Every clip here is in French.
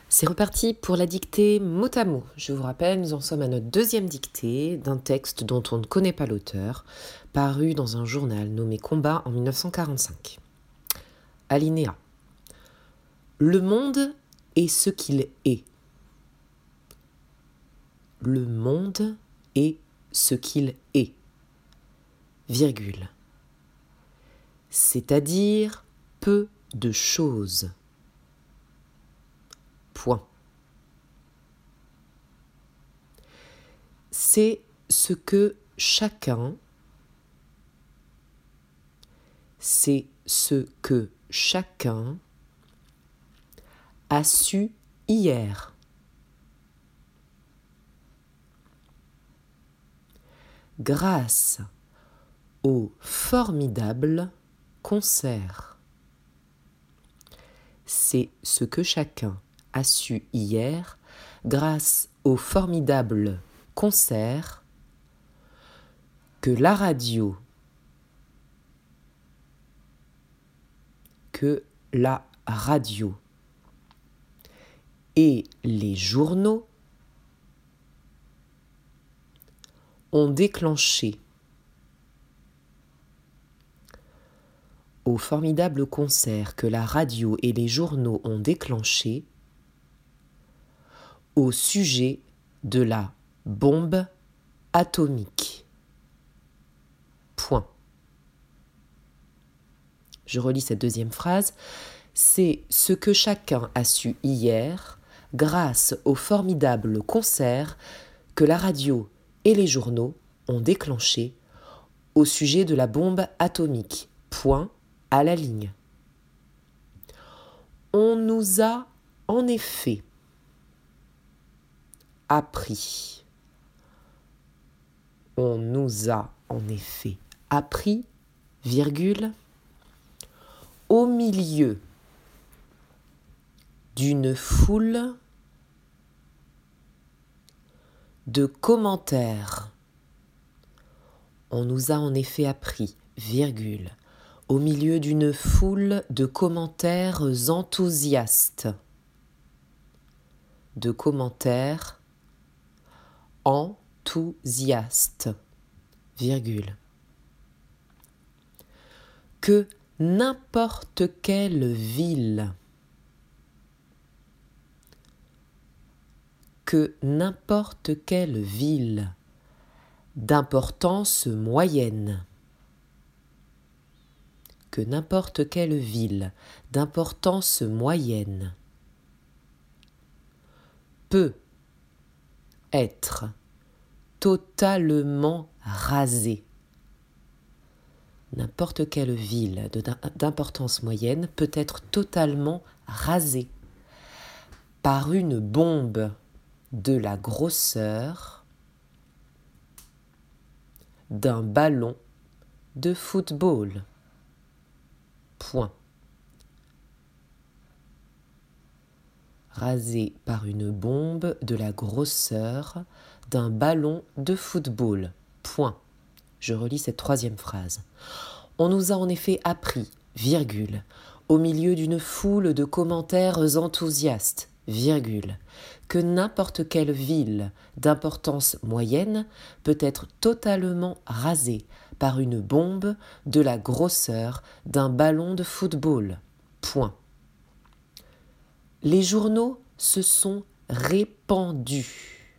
C'est reparti pour la dictée mot à mot. Je vous rappelle, nous en sommes à notre deuxième dictée d'un texte dont on ne connaît pas l'auteur, paru dans un journal nommé Combat en 1945. Alinéa. Le monde est ce qu'il est. Le monde est ce qu'il est. Virgule. C'est-à-dire peu de choses. Point. C'est ce que chacun a su hier. Grâce au formidable concert. C'est ce que chacun a su hier grâce au formidable concert que la radio et les journaux ont déclenché. Au formidable concert que la radio et les journaux ont déclenché au sujet de la bombe atomique. Point. Je relis cette deuxième phrase. C'est ce que chacun a su hier grâce au formidable concert que la radio et les journaux ont déclenché au sujet de la bombe atomique. Point à la ligne. On nous a en effet appris. On nous a en effet appris, virgule, au milieu d'une foule de commentaires. On nous a en effet appris, virgule, au milieu d'une foule de commentaires enthousiastes. De commentaires enthousiastes, virgule. Que n'importe quelle ville, d'importance moyenne, peut être totalement rasée. N'importe quelle ville d'importance moyenne peut être totalement rasée par une bombe de la grosseur d'un ballon de football. Point. Rasée par une bombe de la grosseur d'un ballon de football. Point. Je relis cette troisième phrase. On nous a en effet appris, virgule, au milieu d'une foule de commentaires enthousiastes, virgule, que n'importe quelle ville d'importance moyenne peut être totalement rasée par une bombe de la grosseur d'un ballon de football. Point. Les journaux se sont répandus.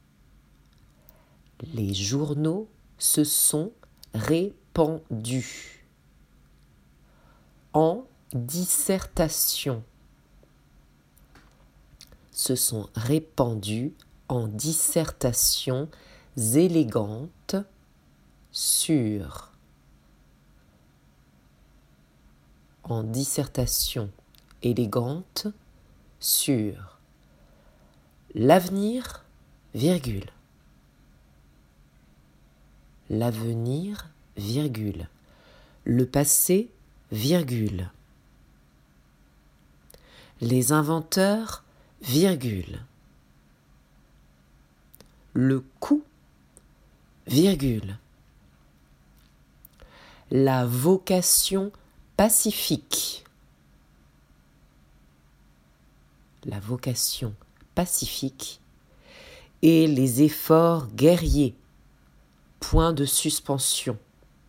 Les journaux se sont répandus en dissertation. Se sont répandus en dissertations élégantes sur. En dissertation élégante sur l'avenir, virgule. L'avenir, virgule. Le passé, virgule. Les inventeurs, virgule. Le coup, virgule. La vocation pacifique. la vocation pacifique et les efforts guerriers, point de suspension.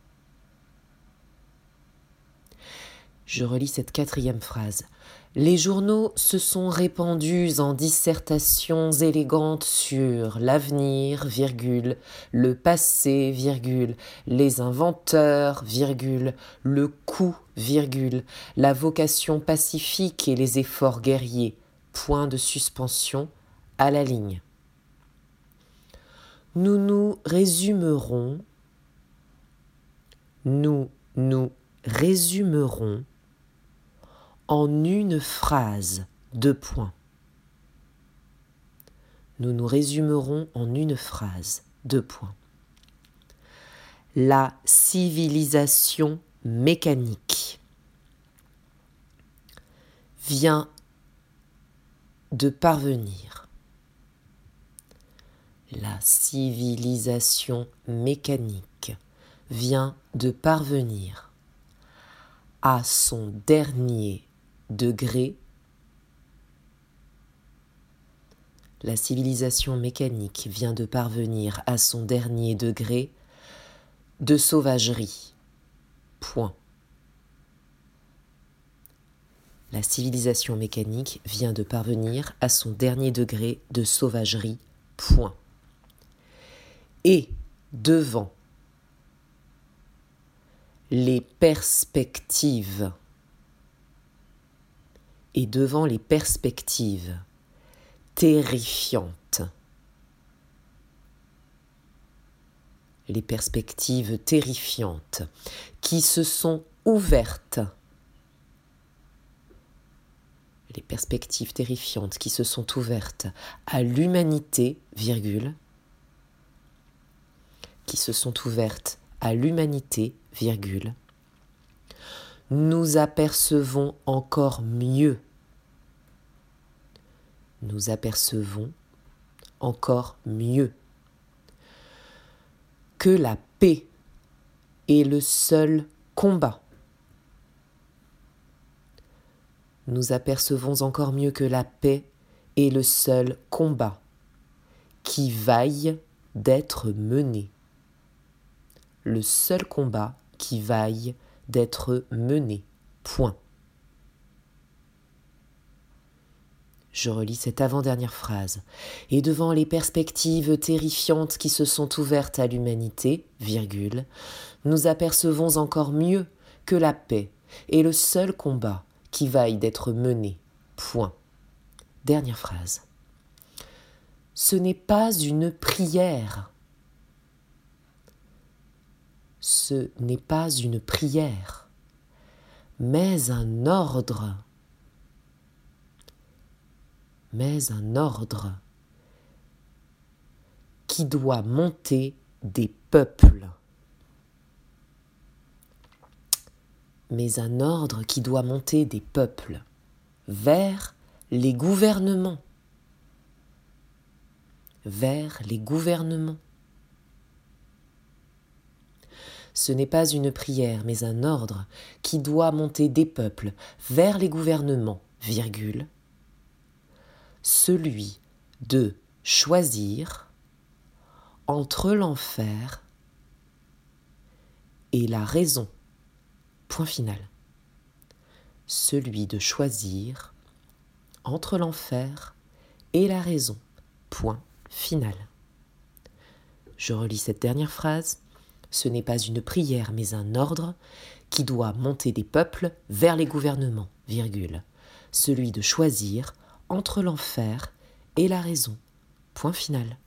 Je relis cette 4e phrase. Les journaux se sont répandus en dissertations élégantes sur l'avenir, virgule, le passé, virgule, les inventeurs, virgule, le coup, virgule, la vocation pacifique et les efforts guerriers, point de suspension, à la ligne. Nous nous résumerons en une phrase, 2 points. Nous nous résumerons en une phrase, 2 points. La civilisation mécanique vient de parvenir. La civilisation mécanique vient de parvenir à son dernier degré. La civilisation mécanique vient de parvenir à son dernier degré de sauvagerie. Point. La civilisation mécanique vient de parvenir à son dernier degré de sauvagerie. Point. Et devant les perspectives terrifiantes, qui se sont ouvertes, à l'humanité, virgule, nous apercevons encore mieux que la paix est le seul combat. Nous apercevons encore mieux que la paix est le seul combat qui vaille d'être mené. Le seul combat qui vaille d'être mené. Point. Je relis cette avant-dernière phrase. Et devant les perspectives terrifiantes qui se sont ouvertes à l'humanité, virgule, nous apercevons encore mieux que la paix est le seul combat qui vaille d'être mené. Point. Dernière phrase. Ce n'est pas une prière. Ce n'est pas une prière, mais un ordre. Qui doit monter des peuples. Mais un ordre qui doit monter des peuples vers les gouvernements. Ce n'est pas une prière, mais un ordre qui doit monter des peuples vers les gouvernements, virgule, celui de choisir entre l'enfer et la raison. Point final. Celui de choisir entre l'enfer et la raison. Point final. Je relis cette dernière phrase. Ce n'est pas une prière, mais un ordre qui doit monter des peuples vers les gouvernements, virgule, celui de choisir entre l'enfer et la raison. Point final.